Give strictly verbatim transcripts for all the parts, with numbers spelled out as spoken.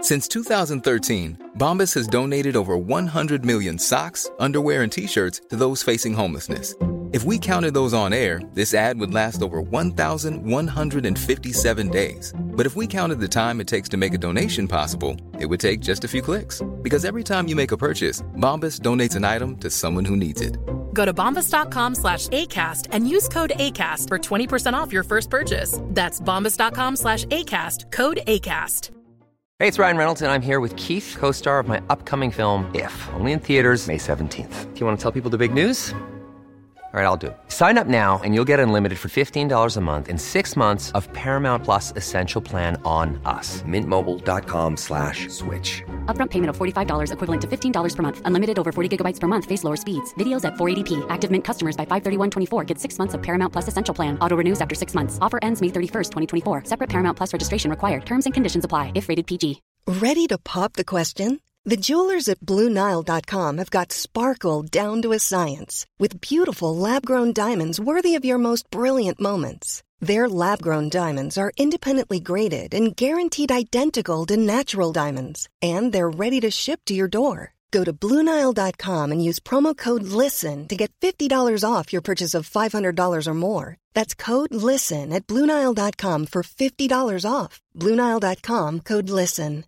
Since two thousand thirteen, Bombas has donated over one hundred million socks, underwear, and T-shirts to those facing homelessness. If we counted those on air, this ad would last over one thousand one hundred fifty-seven days. But if we counted the time it takes to make a donation possible, it would take just a few clicks. Because every time you make a purchase, Bombas donates an item to someone who needs it. Go to bombas.com slash ACAST and use code ACAST for twenty percent off your first purchase. That's bombas.com slash ACAST, code ACAST. Hey, it's Ryan Reynolds, and I'm here with Keith, co-star of my upcoming film, If, only in theaters May seventeenth. Do you want to tell people the big news? All right, I'll do it. Sign up now and you'll get unlimited for fifteen dollars a month and six months of Paramount Plus Essential Plan on us. Mint Mobile dot com slash switch. Upfront payment of forty-five dollars equivalent to fifteen dollars per month. Unlimited over forty gigabytes per month. Face lower speeds. Videos at four eighty p. Active Mint customers by five thirty-one twenty-four get six months of Paramount Plus Essential Plan. Auto renews after six months. Offer ends May thirty-first, twenty twenty-four. Separate Paramount Plus registration required. Terms and conditions apply if rated P G. Ready to pop the question? The jewelers at Blue Nile dot com have got sparkle down to a science with beautiful lab-grown diamonds worthy of your most brilliant moments. Their lab-grown diamonds are independently graded and guaranteed identical to natural diamonds, and they're ready to ship to your door. Go to Blue Nile dot com and use promo code LISTEN to get fifty dollars off your purchase of five hundred dollars or more. That's code LISTEN at Blue Nile dot com for fifty dollars off. Blue Nile dot com, code LISTEN.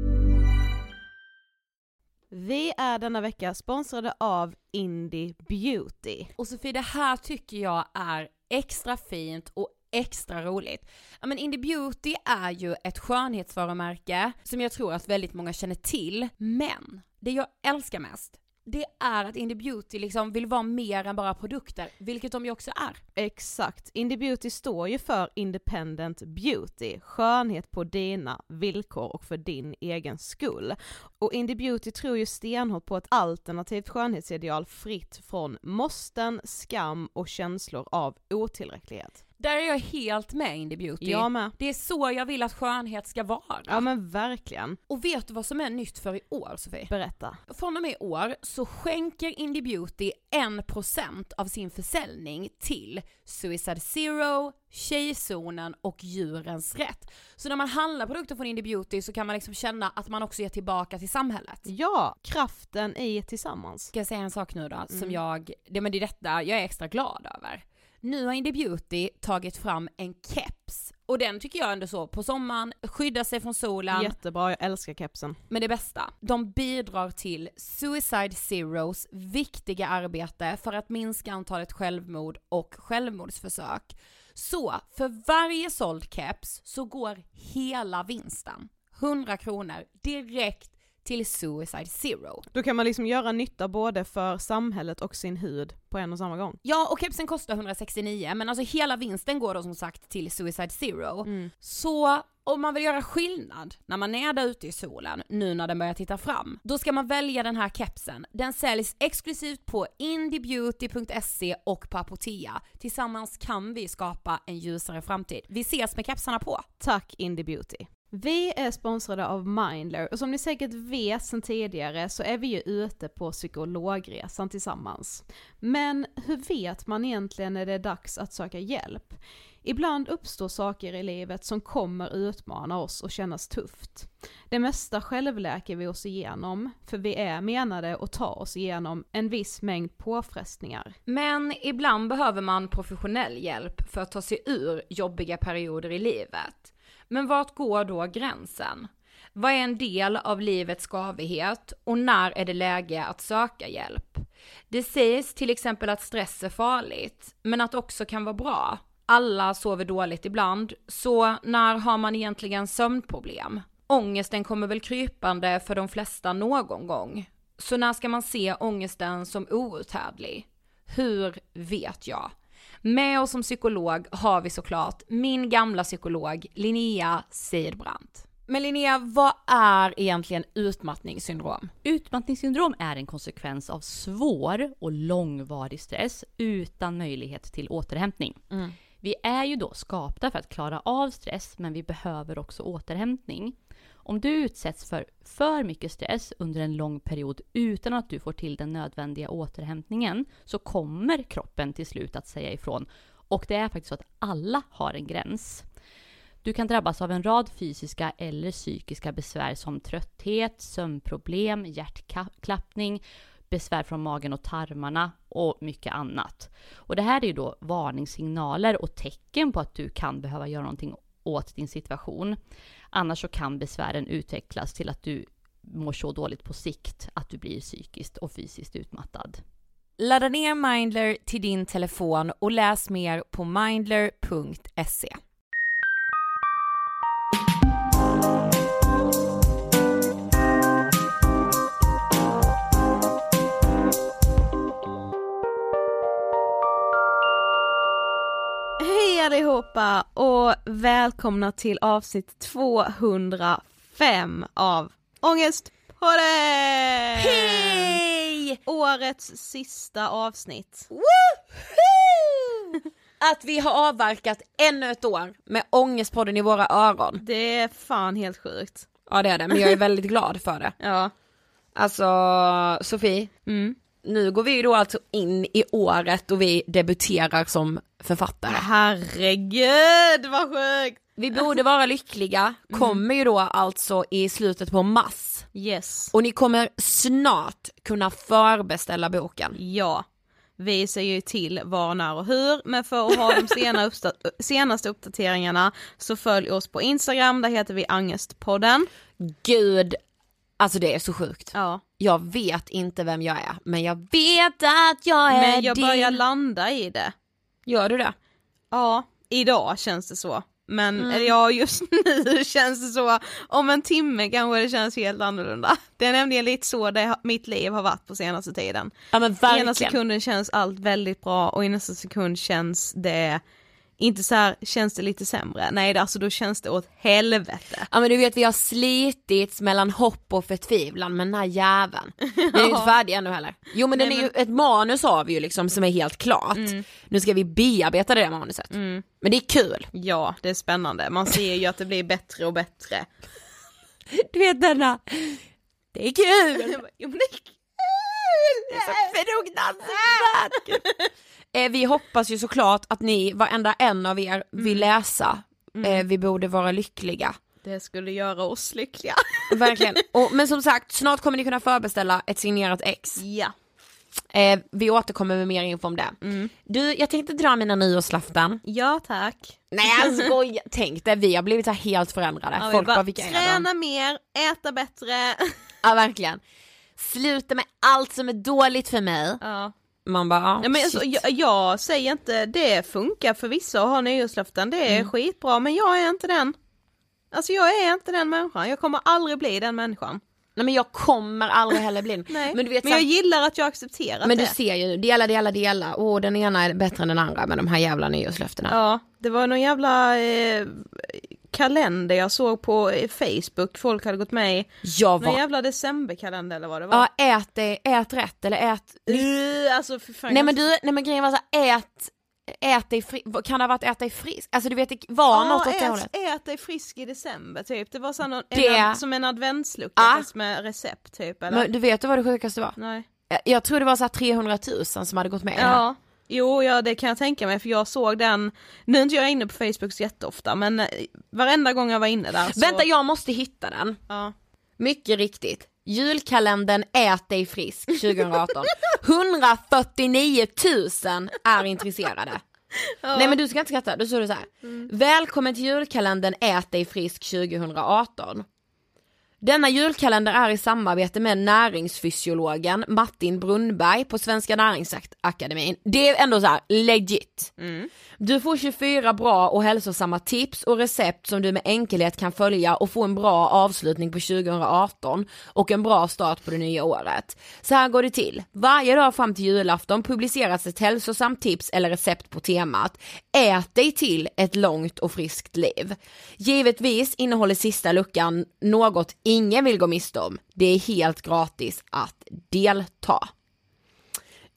Vi är denna vecka sponsrade av Indie Beauty. Och Sofie, det här tycker jag är extra fint och extra roligt. Ja, men Indie Beauty är ju ett skönhetsvarumärke som jag tror att väldigt många känner till. Men det jag älskar mest, det är att Indie Beauty liksom vill vara mer än bara produkter, vilket de ju också är. Exakt. Indie Beauty står ju för Independent Beauty. Skönhet på dina villkor och för din egen skull. Och Indie Beauty tror ju stenhårt på ett alternativt skönhetsideal fritt från måsten, skam och känslor av otillräcklighet. Där är jag helt med Indie Beauty. Jag med. Det är så jag vill att skönhet ska vara. Ja men verkligen. Och vet du vad som är nytt för i år, Sofie? Berätta. Från och med i år så skänker Indie Beauty en procent av sin försäljning till Suicide Zero, Tjejzonen och Djurens Rätt. Så när man handlar produkter från Indie Beauty så kan man liksom känna att man också ger tillbaka till samhället. Ja, kraften i tillsammans. Ska jag säga en sak nu då? Mm. Som jag, det, men det är detta jag är extra glad över. Nu har Indie Beauty tagit fram en keps. Och den tycker jag ändå så på sommaren, skydda sig från solen. Jättebra, jag älskar kepsen. Men det bästa, de bidrar till Suicide Zeros viktiga arbete för att minska antalet självmord och självmordsförsök. Så för varje såld keps så går hela vinsten, hundra kronor, direkt till Suicide Zero. Då kan man liksom göra nytta både för samhället och sin hud på en och samma gång. Ja, och kepsen kostar hundrasextionio, men alltså hela vinsten går då som sagt till Suicide Zero. Mm. Så om man vill göra skillnad när man är där ute i solen, nu när den börjar titta fram, då ska man välja den här kepsen. Den säljs exklusivt på indiebeauty punkt se och på Apotea. Tillsammans kan vi skapa en ljusare framtid. Vi ses med kepsarna på. Tack Indie Beauty. Vi är sponsrade av Mindler och som ni säkert vet sedan tidigare så är vi ju ute på psykologresan tillsammans. Men hur vet man egentligen när det är dags att söka hjälp? Ibland uppstår saker i livet som kommer utmana oss och kännas tufft. Det mesta självläker vi oss igenom, för vi är menade att ta oss igenom en viss mängd påfrestningar. Men ibland behöver man professionell hjälp för att ta sig ur jobbiga perioder i livet. Men vart går då gränsen? Vad är en del av livets skavighet och när är det läge att söka hjälp? Det sägs till exempel att stress är farligt, men att också kan vara bra. Alla sover dåligt ibland, så när har man egentligen sömnproblem? Ångesten kommer väl krypande för de flesta någon gång. Så när ska man se ångesten som outhärdlig? Hur vet jag? Med oss som psykolog har vi såklart min gamla psykolog Linnea Seidbrant. Men Linnea, vad är egentligen utmattningssyndrom? Utmattningssyndrom är en konsekvens av svår och långvarig stress utan möjlighet till återhämtning. Mm. Vi är ju då skapta för att klara av stress, men vi behöver också återhämtning. Om du utsätts för för mycket stress under en lång period utan att du får till den nödvändiga återhämtningen, så kommer kroppen till slut att säga ifrån. Och det är faktiskt så att alla har en gräns. Du kan drabbas av en rad fysiska eller psykiska besvär som trötthet, sömnproblem, hjärtklappning, besvär från magen och tarmarna och mycket annat. Och det här är ju då varningssignaler och tecken på att du kan behöva göra någonting åt din situation. Annars så kan besvären utvecklas till att du mår så dåligt på sikt att du blir psykiskt och fysiskt utmattad. Ladda ner Mindler till din telefon och läs mer på mindler punkt se. Hej allihopa och välkomna till avsnitt tvåhundrafem av Ångestpodden! Hej! Årets sista avsnitt. Woohoo! Att vi har avverkat ännu ett år med Ångestpodden i våra öron. Det är fan helt sjukt. Ja, det är det, men jag är väldigt glad för det. Ja. Alltså, Sofie, Mm. nu går vi då alltså in i året och vi debuterar som författare. Herregud vad sjukt! Vi borde vara lyckliga, kommer ju då alltså i slutet på mars. Yes. Och ni kommer snart kunna förbeställa boken. Ja. Vi säger ju till var, när och hur, men för att ha de sena uppsta- senaste uppdateringarna så följ oss på Instagram, där heter vi Ångestpodden. Gud, alltså det är så sjukt. Ja. Jag vet inte vem jag är, men jag vet att jag är Men jag din. börjar landa i det. Gör du det? Ja, idag känns det så. Men Mm. eller ja, just nu känns det så. Om en timme kanske det känns helt annorlunda. Det är nämligen lite så det mitt liv har varit på senaste tiden. Ja, men verkligen. Ena sekunden känns allt väldigt bra och i nästa sekund känns det inte så här, känns det lite sämre. Nej, det, alltså då känns det åt helvete. Ja, men du vet, vi har slitits mellan hopp och förtvivlan med den här jäveln. Den är ju inte färdig ännu heller. Jo, men Nej, den är men... ju, ett manus har vi ju liksom som är helt klart. Mm. Nu ska vi bearbeta det manuset. Mm. Men det är kul. Ja, det är spännande. Man ser ju att det blir bättre och bättre. Du vet denna, det är kul. Jo, men det är kul. Det är så fruktansvärt kul. Eh, vi hoppas ju såklart att ni, varenda en av er, vill läsa. Mm. Eh, vi borde vara lyckliga. Det skulle göra oss lyckliga. Verkligen. Och, men som sagt, snart kommer ni kunna förbeställa ett signerat ex. Ja. Eh, vi återkommer med mer info om det. Mm. Du, jag tänkte dra mina nyårslöften. Ja, tack. Nej, jag skojar. Tänk det, vi har blivit så här helt förändrade. Ja, Folk bara, bara, vilka är de? träna mer, äta bättre. Ja, verkligen. Sluta med allt som är dåligt för mig. Ja. Man bara, ah, Ja, men alltså, jag, jag säger inte, det funkar för vissa att ha nyårslöften, det är Mm. skitbra, men jag är inte den. Alltså jag är inte den människan, jag kommer aldrig bli den människan. Nej, men jag kommer aldrig heller bli. Nej, Men du vet, men så jag här, gillar att jag accepterar men det. du ser ju, dela, dela, dela. Och den ena är bättre än den andra med de här jävla nyårslöftena. Ja, det var någon jävla eh, kalender jag såg på eh, Facebook, folk hade gått med i. Jag Någon var, jävla decemberkalender eller vad det var. ja, ät, det, ät rätt eller ät. Uh, alltså för fan. Nej men du, nej men grejen var så här, ät, ät dig fri, kan det ha varit ät dig frisk? Alltså du vet, det var något åt det Ja, hållet. ät, ät dig frisk i december typ. Det var så någon, Det- en, som en adventslucka Ja. fast med recept typ eller? Men du vet vad det sjukaste var? Nej. Jag, jag tror det var så här trehundratusen som hade gått med i det här. Ja, jo ja det kan jag tänka mig för jag såg den, nu är inte jag inne på Facebook så jätteofta men eh, varenda gång jag var inne där så... Vänta, jag måste hitta den. Ja. Mycket riktigt. Julkalendern Ät dig frisk tjugoarton. hundrafyrtionio tusen är intresserade. Ja. Nej men du ska inte skratta, då står det så här. Mm. Välkommen till julkalendern Ät dig frisk tjugoarton. Denna julkalender är i samarbete med näringsfysiologen Martin Brunnberg på Svenska Näringsakademin. Det är ändå så här legit. Mm. Du får tjugofyra bra och hälsosamma tips och recept som du med enkelhet kan följa och få en bra avslutning på tjugoarton och en bra start på det nya året. Så här går det till. Varje dag fram till julafton publiceras ett hälsosamt tips eller recept på temat Ät dig till ett långt och friskt liv. Givetvis innehåller sista luckan något ingen vill gå miste om. Det är helt gratis att delta.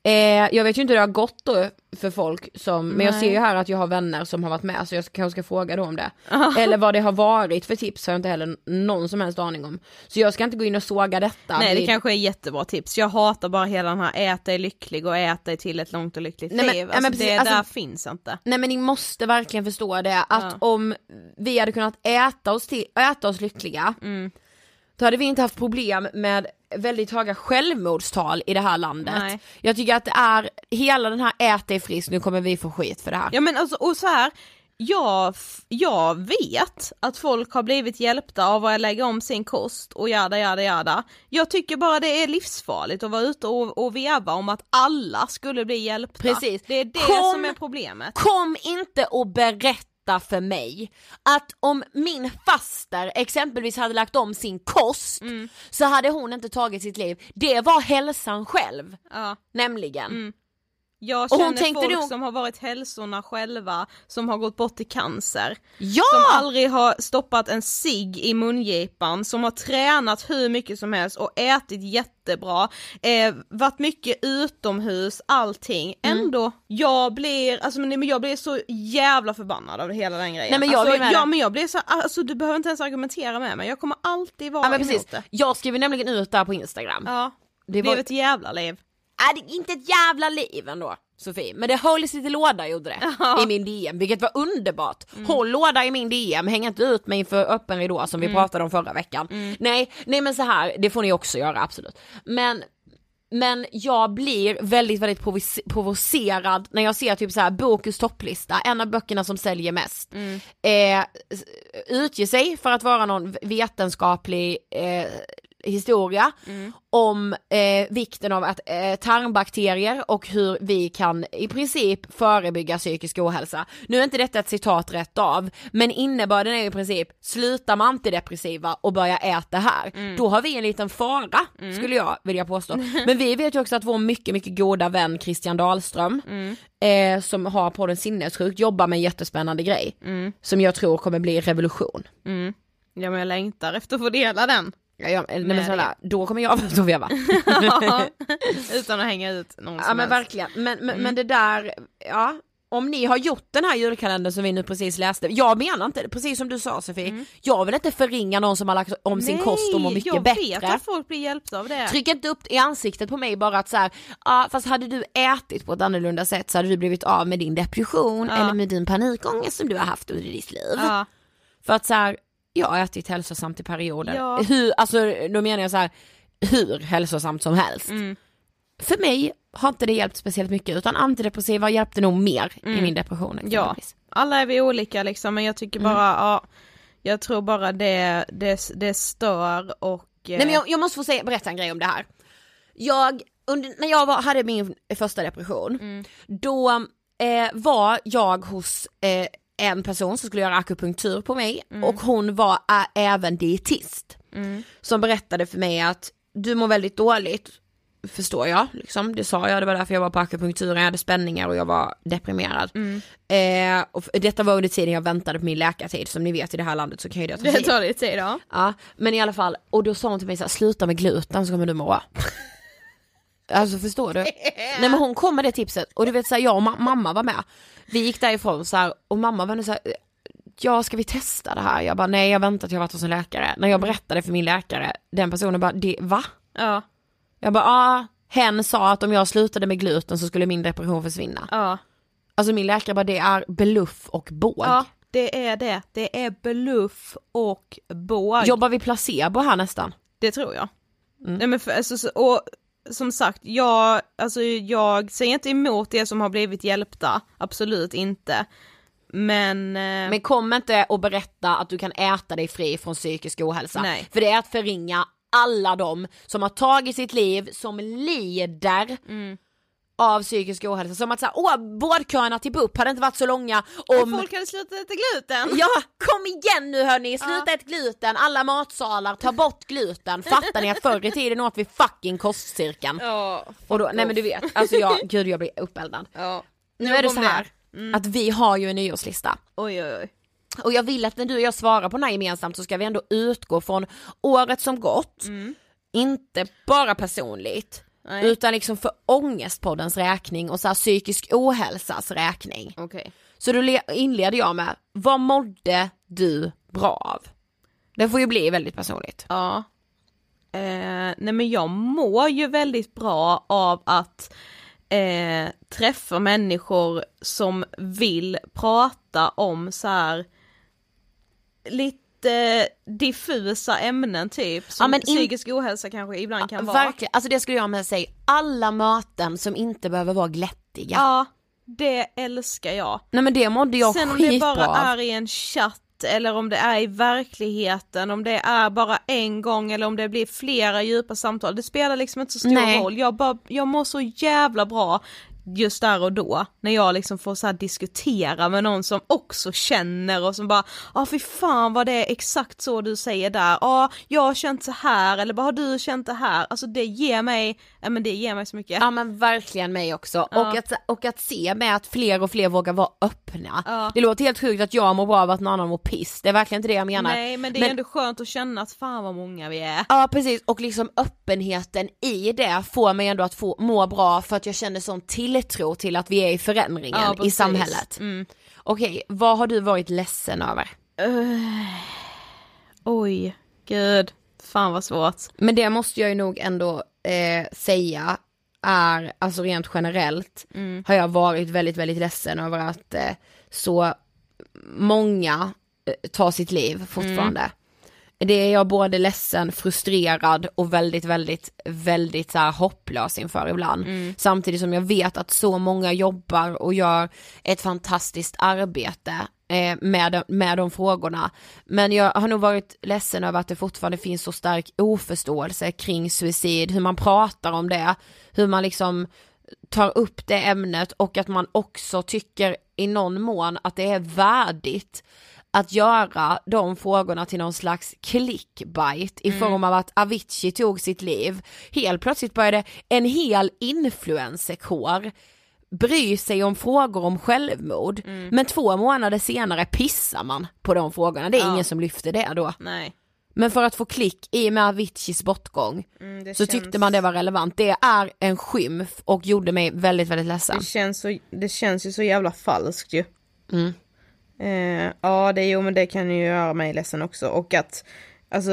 Eh, jag vet ju inte hur det har gått då för folk som, men jag Nej. ser ju här att jag har vänner som har varit med, så jag kanske ska fråga dem om det. Eller vad det har varit för tips har jag inte heller någon som helst aning om. Så jag ska inte gå in och såga detta. Nej, det det kanske är jättebra tips. Jag hatar bara hela den här äta dig lycklig och äta dig till ett långt och lyckligt Nej, men- liv. ja, Alltså, men precis, det alltså- där finns inte. Nej, men ni måste verkligen förstå det, att Ja. om vi hade kunnat äta oss, till, äta oss lyckliga, Mm. då hade vi inte haft problem med väldigt höga självmordstal i det här landet. Nej. Jag tycker att det är hela den här äta dig frisk, nu kommer vi få skit för det här. Ja, men alltså, och så här, jag, jag vet att folk har blivit hjälpta av att lägga om sin kost och jada jada jada. Jag tycker bara det är livsfarligt att vara ute och, och veva om att alla skulle bli hjälpta. Precis. Det är det Kom- som är problemet. Kom inte och berätta för mig att om min faster exempelvis hade lagt om sin kost, Mm. så hade hon inte tagit sitt liv. Det var hälsan själv, Ja. nämligen. Mm. Jag Och känner hon tänkte folk då- som har varit hälsorna själva, som har gått bort i cancer. Ja! Som aldrig har stoppat en cigg i mungipan, som har tränat hur mycket som helst och ätit jättebra, eh, varit mycket utomhus, allting. Mm. Ändå, jag blir, alltså men jag blir så jävla förbannad av hela den grejen. Nej, men jag alltså, blir med ja, det. men jag blir så, alltså du behöver inte ens argumentera med mig, jag kommer alltid vara Ja, men emot precis. det. Jag skriver nämligen ut där på Instagram. Ja, Det det var- blev ett jävla liv. Är det inte ett jävla liv ändå, Sofie? Men det hölls lite låda, gjorde det, i min D M, vilket var underbart. Mm. Håll låda i min D M, häng inte ut mig för öppen ridå som vi Mm. pratade om förra veckan. Nej, nej men så här, det får ni också göra, absolut. Men Men jag blir väldigt, väldigt provoc- provocerad när jag ser typ så här Bokus topplista, en av böckerna som säljer mest, Mm. eh, utger sig för att vara någon vetenskaplig eh, historia Mm. om eh, vikten av att eh, tarmbakterier och hur vi kan i princip förebygga psykisk ohälsa. Nu är inte detta ett citat rätt av, men innebörden är i princip sluta med antidepressiva och börja äta här. Mm. Då har vi en liten fara, skulle jag vilja påstå. Men vi vet ju också att vår mycket, mycket goda vän Christian Dahlström, Mm. eh, som har på den sinnessjukt, jobbar med en jättespännande grej Mm. som jag tror kommer bli revolution. Mm. Ja, men jag längtar efter att få dela den. Ja, ja, nej, men Med sådär, då kommer jag att veva. Ja, utan att hänga ut någon Ja som men helst. verkligen, men, men, Mm. men det där, ja, om ni har gjort den här julkalendern som vi nu precis läste, jag menar inte, precis som du sa Sofie, Mm. jag vill inte förringa någon som har lagt om sin Nej, kost och mår mycket jag bättre. vet att folk blir hjälpta av det. Tryck inte upp i ansiktet på mig bara att så här, ja fast hade du ätit på ett annorlunda sätt så hade du blivit av med din depression Ja. eller med din panikångest som du har haft under ditt liv. Ja. För att så här, jag har ätit hälsosamt i perioder. Ja. Hur, alltså då menar jag så här, hur hälsosamt som helst. Mm. För mig har inte det hjälpt speciellt mycket, utan antidepressiva hjälpte nog mer i min depression. Ja, exempelvis. alla är vi olika liksom, men jag tycker bara, ja, jag tror bara det, det, det stör och... eh, Nej men jag, jag måste få säga, berätta en grej om det här. Jag, under, när jag var, hade min första depression, Mm. då eh, var jag hos eh, en person som skulle göra akupunktur på mig, och hon var ä, även dietist. Mm. Som berättade för mig att du mår väldigt dåligt, förstår jag, liksom. Det sa jag, det var därför jag var på akupunktur, jag hade spänningar och jag var deprimerad. Mm. Eh, och f- detta var under tiden jag väntade på min läkartid, som ni vet i det här landet så kan ju det ta Det tid. tar lite tid, ja. Ja, men i alla fall, och då sa hon till mig så här, sluta med gluten så kommer du må bra. Alltså förstår du? Nej men hon kom med det tipset, och du vet så här, jag och ma- mamma var med. Vi gick därifrån så här, och mamma var nu så här, ja ska vi testa det här? Jag bara nej, jag väntar till jag varit hos en läkare. När jag berättade för min läkare, den personen bara, det, va? Ja, Jag bara, ah, hen sa att om jag slutade med gluten så skulle min depression försvinna. ja. Alltså min läkare bara, det är beluff och båg. Ja, det är det. Det är bluff och båg. Jobbar vi placebo här nästan? Det tror jag. Mm. Nej, men för, alltså, så- och som sagt, jag, alltså, jag säger inte emot det som har blivit hjälpta, absolut inte. Men, eh, Men kom inte och berätta att du kan äta dig fri från psykisk ohälsa. Nej. För det är att förringa alla de som har tagit sitt liv, som lider Mm. av psykisk ohälsa. Som att säga, åh, vårdköerna till B U P hade inte varit så långa om... folk hade slutat äta gluten. Ja, kom igen nu hörni, sluta Ja. ett gluten, alla matsalar, ta bort gluten. Fattar ni att förr i tiden åt vi fucking kostcirkeln? Ja, Och då, nej men du vet, alltså jag, gud jag blir uppeldad. ja. Nu Nog är det om så här, att vi har ju en nyårslista. Oj, oj, oj. Och jag vill att när du och jag svarar på den här gemensamt så ska vi ändå utgå från året som gått. Mm. Inte bara personligt, Nej. Utan liksom för ångestpoddens räkning och så här psykisk ohälsas räkning. Okay. Så då inleder jag med, vad mådde du bra av? Det får ju bli väldigt personligt. Ja. Eh, nej men jag mår ju väldigt bra av att eh, träffa människor som vill prata om så här lite diffusa ämnen typ, som ja, men in... psykisk ohälsa kanske ibland kan ja, vara. Verkligen, alltså det skulle jag med säga, alla möten som inte behöver vara glättiga. Ja, det älskar jag. Nej men det mådde jag Sen skitbra. Sen om det bara är i en chatt eller om det är i verkligheten, om det är bara en gång eller om det blir flera djupa samtal, det spelar liksom inte så stor Nej. roll. Jag, bara, jag mår så jävla bra just där och då, när jag liksom får så här diskutera med någon som också känner och som bara, ja ah, fy fan vad det är exakt så du säger där, ja ah, jag har känt så här, eller bara har du känt det här, alltså det ger mig, ja men det ger mig så mycket. Ja men verkligen mig också, ja. och, att, och att se med att fler och fler vågar vara öppna, ja. Det låter helt sjukt att jag mår bra av att någon annan mår piss, det är verkligen inte det jag menar. Nej men det är men, ändå skönt att känna att fan vad många vi är. Ja precis, och liksom öppenheten i det får mig ändå att få må bra, för att jag känner sån till tro till att vi är i förändringen ja, i samhället. Mm. Okej, vad har du varit ledsen över? Uh, oj, gud, fan vad svårt. Men det måste jag ju nog ändå eh, säga är, alltså rent generellt mm. har jag varit väldigt, väldigt ledsen över att eh, så många eh, tar sitt liv fortfarande. Mm. Det är jag både ledsen, frustrerad och väldigt, väldigt, väldigt så här hopplös inför ibland. Mm. Samtidigt som jag vet att så många jobbar och gör ett fantastiskt arbete eh, med, med de frågorna. Men jag har nog varit ledsen över att det fortfarande finns så stark oförståelse kring suicid, hur man pratar om det, hur man liksom tar upp det ämnet, och att man också tycker i någon mån att det är värdigt att göra de frågorna till någon slags clickbait i mm. form av att Avicii tog sitt liv. Helt plötsligt började en hel influencerkår bry sig om frågor om självmord. Mm. Men två månader senare pissar man på de frågorna. Det är ja. ingen som lyfter det då. Nej. Men för att få klick i med Aviciis bortgång mm, så känns... tyckte man det var relevant. Det är en skymf och gjorde mig väldigt, väldigt ledsen. Det känns, så, det känns ju så jävla falskt ju. Mm. Eh, ja, det, jo, men det kan ju göra mig ledsen också. Och att, alltså,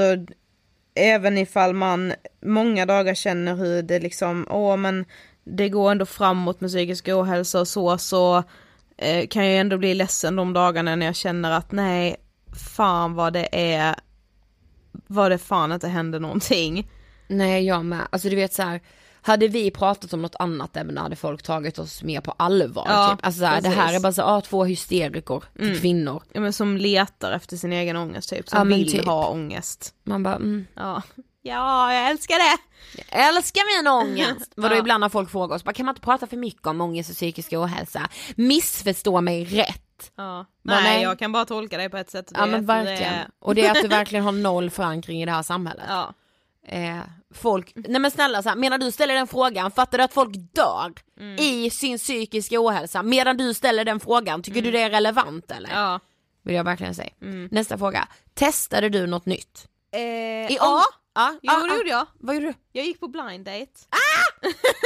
även ifall man många dagar känner hur det liksom, åh men det går ändå framåt med psykisk ohälsa och så, så eh, kan jag ändå bli ledsen de dagarna när jag känner att nej, fan vad det är, vad det fan inte händer någonting. Nej, jag med. Alltså du vet så här, hade vi pratat om något annat ämne hade folk tagit oss mer på allvar. Ja, typ. Alltså såhär, det här är bara så, ah, två hysterikor till mm. kvinnor. Ja, men som letar efter sin egen ångest typ. Som ja, vill typ. ha ångest. Man bara, mm. ja. ja, jag älskar det. Jag älskar min ångest. Vadå, ja. Ibland när folk frågar oss, bara, kan man inte prata för mycket om ångest och psykisk ohälsa? Missförstå mig rätt. Ja. Nej, nej, jag kan bara tolka dig på ett sätt. Ja, men verkligen. Det... Och det är att du verkligen har noll förankring i det här samhället. Ja. Eh, folk, nej men snälla så här, medan du ställer den frågan, fattar du att folk dör mm. i sin psykiska ohälsa medan du ställer den frågan, tycker mm. du det är relevant eller? Ja. Vill jag verkligen säga. Mm. Nästa fråga, testade du något nytt? Eh, I ja, ja, jo ah, det gjorde jag. Vad gjorde du? Jag gick på blind date. Ah!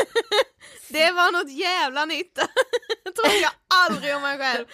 Det var något jävla nytt. Jag tror jag aldrig om mig själv.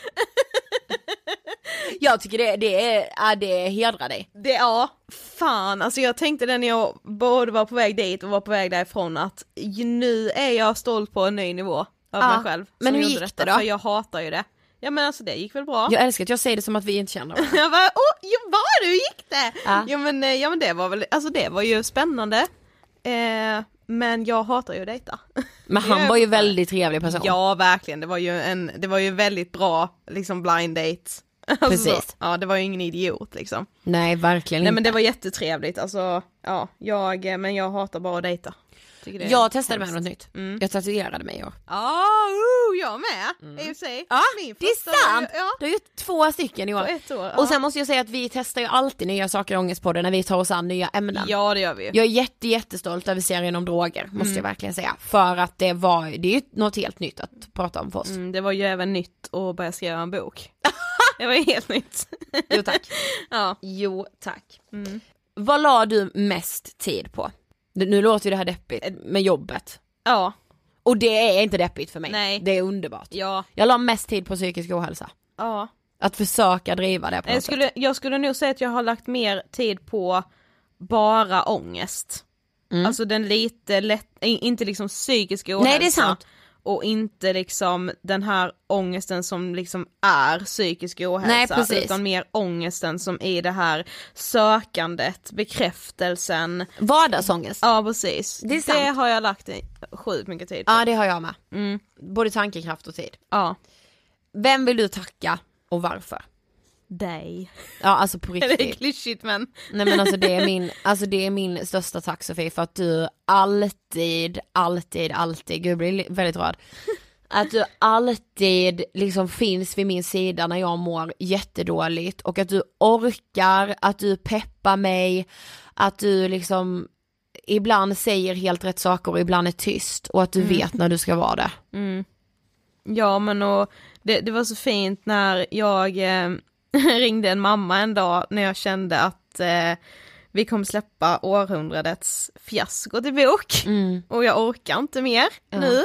Jag tycker det, det, är, det hedrar dig. Det, ja, fan. Alltså jag tänkte det när jag både var på väg dit och var på väg därifrån, att nu är jag stolt på en ny nivå av ja, mig själv. Men hur gick det då? För jag hatar ju det. Ja men alltså det gick väl bra. Jag älskar att jag säger det som att vi inte känner varandra. Jag bara, åh, ja, var du gick det? Ja. Ja, men, ja men det var väl, alltså det var ju spännande. Eh, men jag hatar ju dejta. Men han var ju väldigt trevlig person. Ja verkligen, det var ju en, det var ju väldigt bra liksom blind date. Alltså, precis. Ja, det var ju ingen idiot liksom. Nej, verkligen Nej, inte. men det var jättetrevligt. Alltså, ja, jag, men jag hatar bara att dejta. Jag testade med något nytt. Mm. Jag tatuerade mig i år. Ja, oh, jag med. Mm. I och för sig. Ja, Min det är sant. Var, ja. Du har gjort två stycken i år. Ett år ja. Och sen måste jag säga att vi testar ju alltid nya saker i Ångestpodden när vi tar oss an nya ämnen. Ja, det gör vi. Jag är jätte, jättestolt över serien om droger, måste mm. jag verkligen säga. För att det var, det är ju något helt nytt att prata om för oss. Mm, det var ju även nytt att börja skriva en bok. Det var ju helt nytt. Jo tack. Ja. Jo tack. Mm. Vad la du mest tid på? Nu låter ju det här deppigt med jobbet. Ja. Och det är inte deppigt för mig. Nej. Det är underbart. Ja. Jag la mest tid på psykisk ohälsa. Ja. Att försöka driva det på något jag skulle, sätt. jag skulle nog säga att jag har lagt mer tid på bara ångest. Mm. Alltså den lite lätt, inte liksom psykiska ohälsa. Nej, det är sant. Och inte liksom den här ångesten som liksom är psykisk ohälsa. Nej, precis. Utan mer ångesten som är det här sökandet, bekräftelsen. Vardagsångest. Ja, precis. Det är sant. Det har jag lagt sjukt mycket tid på. Ja, det har jag med. Mm. Både tankekraft och tid. Ja. Vem vill du tacka och varför? Dig. Ja, alltså på Det är riktigt. klyschigt, men... Nej, men alltså det är min, alltså det är min största tack, Sofie, för att du alltid, alltid, alltid, gud jag blir väldigt rörd. Att du alltid liksom finns vid min sida när jag mår jättedåligt, och att du orkar, att du peppar mig, att du liksom ibland säger helt rätt saker och ibland är tyst, och att du mm. vet när du ska vara det. Mm. Ja, men och det, det var så fint när jag eh, ringde en mamma en dag när jag kände att eh, vi kommer släppa århundradets fiasko till bok Mm. och jag orkar inte mer Ja. nu.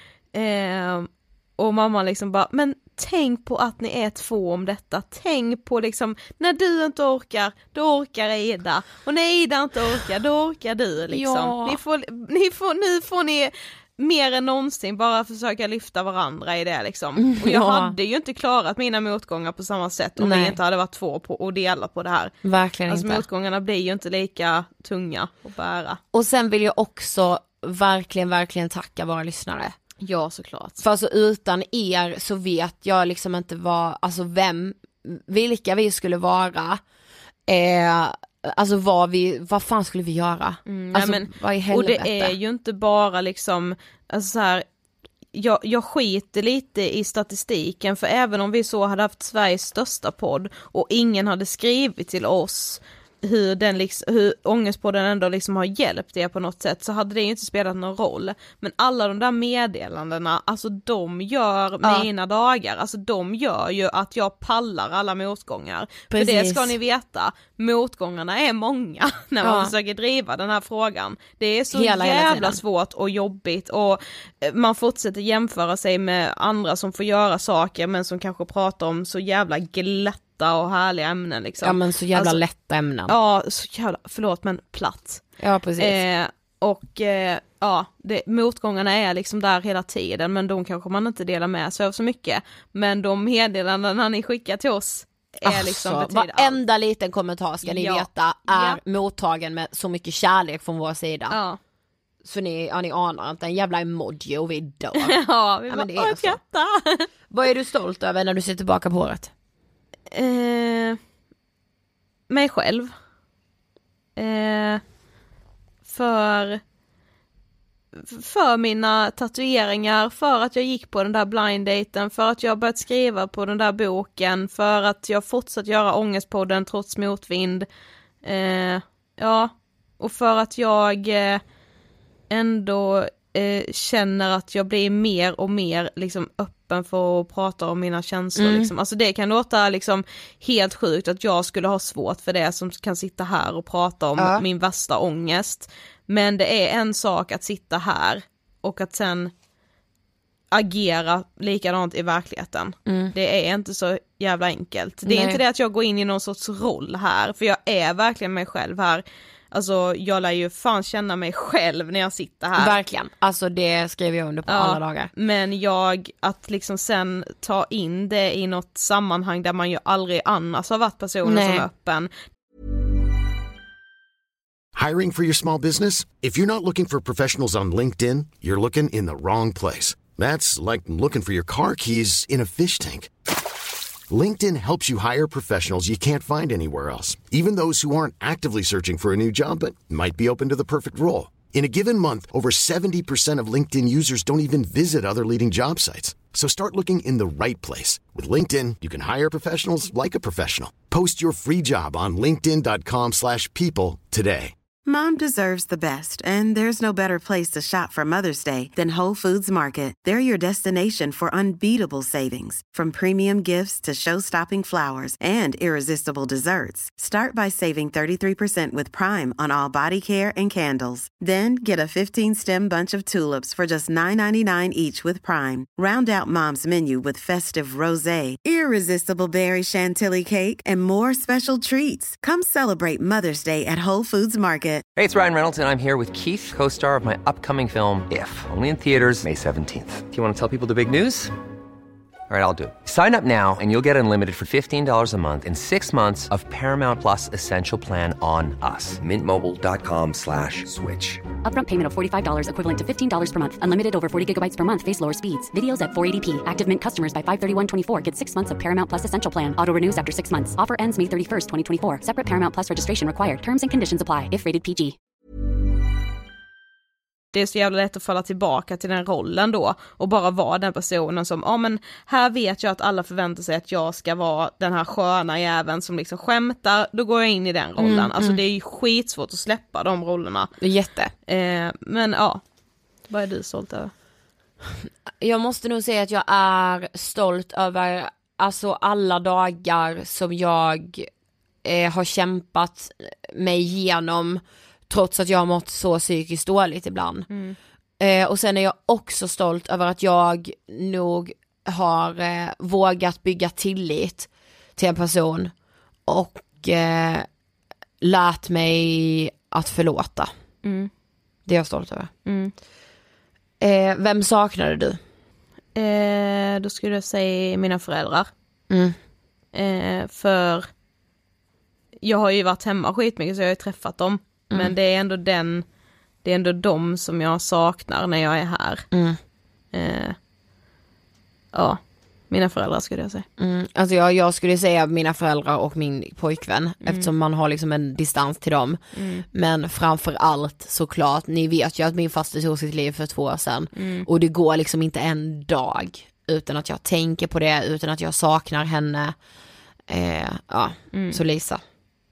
Eh, och mamma liksom bara, men tänk på att ni är två om detta. Tänk på liksom, när du inte orkar, då orkar Ida. Och när Ida inte orkar, då orkar du liksom. Ja. Ni får, ni får, nu får ni mer än någonsin bara försöka lyfta varandra i det liksom. Och jag Ja. hade ju inte klarat mina motgångar på samma sätt om Nej. vi inte hade varit två på och dela på det här. Verkligen Alltså inte. motgångarna blir ju inte lika tunga att bära. Och sen vill jag också verkligen, verkligen tacka våra lyssnare. Ja, såklart. För alltså utan er så vet jag liksom inte vad, alltså vem, vilka vi skulle vara, eh, alltså vad vi, vad fan skulle vi göra? Mm, alltså nej, men, vad i och helvete? det är ju inte bara liksom, alltså så här, jag, jag skiter lite i statistiken, för även om vi så hade haft Sveriges största podd och ingen hade skrivit till oss hur, den liksom, hur Ångestpodden ändå liksom har hjälpt er på något sätt, så hade det ju inte spelat någon roll. Men alla de där meddelandena, alltså de gör Ja. mina dagar, alltså de gör ju att jag pallar alla motgångar. Precis. För det ska ni veta, motgångarna är många när man Ja. försöker driva den här frågan. Det är så Hela, hela jävla tiden. svårt och jobbigt, och man fortsätter jämföra sig med andra som får göra saker men som kanske pratar om så jävla glatta och härliga ämnen liksom. Ja, men så jävla Alltså, lätta ämnen. Ja, så jävla, förlåt men platt. Ja, precis. Eh, och eh, ja, det, motgångarna är liksom där hela tiden, men de kanske man inte delar med sig av så mycket. Men de meddelandena ni skickar till oss är Alltså, liksom betyder allt. varenda liten kommentar ska ni Ja. veta är Ja. mottagen med så mycket kärlek från vår sida. Ja. Så ni, ja, ni anar inte, en jävla emoji och vi dör. Ja, vi Ja, bara, men det är åh, ett så. hjärta. Vad är du stolt över när du ser tillbaka på året? Eh, mig själv. Eh, för för mina tatueringar, för att jag gick på den där blind daten, för att jag börjat skriva på den där boken, för att jag fortsatt göra Ångestpodden trots motvind. Eh, ja, och för att jag eh, ändå eh, känner att jag blir mer och mer liksom öppen för att prata om mina känslor. Mm. Liksom. Alltså det kan låta liksom helt sjukt att jag skulle ha svårt för det som kan sitta här och prata om Ja. min värsta ångest. Men det är en sak att sitta här och att sen agera likadant i verkligheten. Mm. Det är inte så jävla enkelt. Det är Nej. inte det att jag går in i någon sorts roll här, för jag är verkligen mig själv här. Alltså jag lär ju fan känna mig själv när jag sitter här. Verkligen, alltså det skriver jag under på Ja, alla dagar. Men jag, att liksom sen ta in det i något sammanhang där man ju aldrig annars har varit personen Nej. som är öppen. Hiring for your small business? If you're not looking for professionals on LinkedIn, you're looking in the wrong place. That's like looking for your car keys in a fish tank. LinkedIn helps you hire professionals you can't find anywhere else, even those who aren't actively searching for a new job but might be open to the perfect role. In a given month, over seventy percent of LinkedIn users don't even visit other leading job sites. So start looking in the right place. With LinkedIn, you can hire professionals like a professional. Post your free job on linkedin dot com slash people today. Mom deserves the best, and there's no better place to shop for Mother's Day than Whole Foods Market. They're your destination for unbeatable savings, from premium gifts to show-stopping flowers and irresistible desserts. Start by saving thirty-three percent with Prime on all body care and candles. Then get a fifteen-stem bunch of tulips for just nine ninety-nine each with Prime. Round out Mom's menu with festive rosé, irresistible berry chantilly cake, and more special treats. Come celebrate Mother's Day at Whole Foods Market. Hey, it's Ryan Reynolds, and I'm here with Keith, co-star of my upcoming film, If, only in theaters May seventeenth. Do you want to tell people the big news? All right, I'll do it. Sign up now and you'll get unlimited for fifteen dollars a month and six months of Paramount Plus Essential Plan on us. Mint Mobile dot com slash switch. Upfront payment of forty-five dollars equivalent to fifteen dollars per month. Unlimited over forty gigabytes per month. Face lower speeds. Videos at four eighty p. Active Mint customers by five thirty-one twenty-four get six months of Paramount Plus Essential Plan. Auto renews after six months. Offer ends May thirty-first, twenty twenty-four. Separate Paramount Plus registration required. Terms and conditions apply if rated P G. Det är så jävla lätt att falla tillbaka till den rollen då och bara vara den personen som, ja men här vet jag att alla förväntar sig att jag ska vara den här sköna jäveln som liksom skämtar, då går jag in i den rollen. Mm, alltså mm. Det är ju skitsvårt att släppa de rollerna. Jätte. Eh, men ja, vad är du stolt över? Jag måste nog säga att jag är stolt över alltså alla dagar som jag eh, har kämpat mig igenom. Trots att jag har mått så psykiskt dåligt ibland. Mm. Eh, och sen är jag också stolt över att jag nog har eh, vågat bygga tillit till en person. Och eh, lärt mig att förlåta. Mm. Det är jag stolt över. Mm. Eh, vem saknade du? Eh, då skulle jag säga mina föräldrar. Mm. Eh, för jag har ju varit hemma skitmycket så jag har ju träffat dem. Mm. Men det är ändå den det är ändå de som jag saknar när jag är här. Mm. Eh, ja, mina föräldrar skulle jag säga. Mm. Alltså jag, jag skulle säga mina föräldrar och min pojkvän mm. eftersom man har liksom en distans till dem. Mm. Men framför allt såklart, ni vet ju att min faster tog sitt liv för två år sedan. Mm. Och det går liksom inte en dag utan att jag tänker på det, utan att jag saknar henne. Eh, ja, mm. Så Lisa.